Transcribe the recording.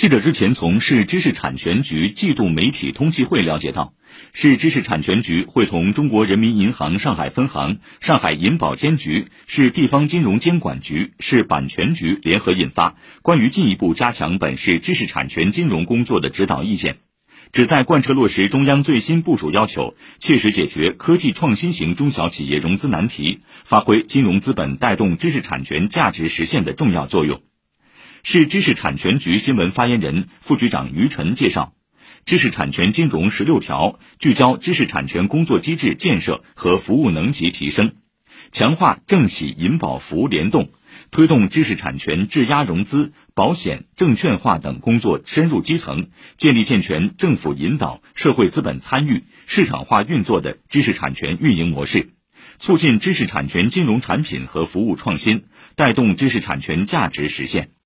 记者之前从市知识产权局季度媒体通气会了解到，市知识产权局会同中国人民银行上海分行、上海银保监局、市地方金融监管局、市版权局联合印发关于进一步加强本市知识产权金融工作的指导意见，旨在贯彻落实中央最新部署要求，切实解决科技创新型中小企业融资难题，发挥金融资本带动知识产权价值实现的重要作用。市知识产权局新闻发言人、副局长于晨介绍，知识产权金融16条聚焦知识产权工作机制建设和服务能级提升，强化政企银保服联动，推动知识产权质押融资、保险、证券化等工作深入基层，建立健全政府引导、社会资本参与、市场化运作的知识产权运营模式，促进知识产权金融产品和服务创新，带动知识产权价值实现。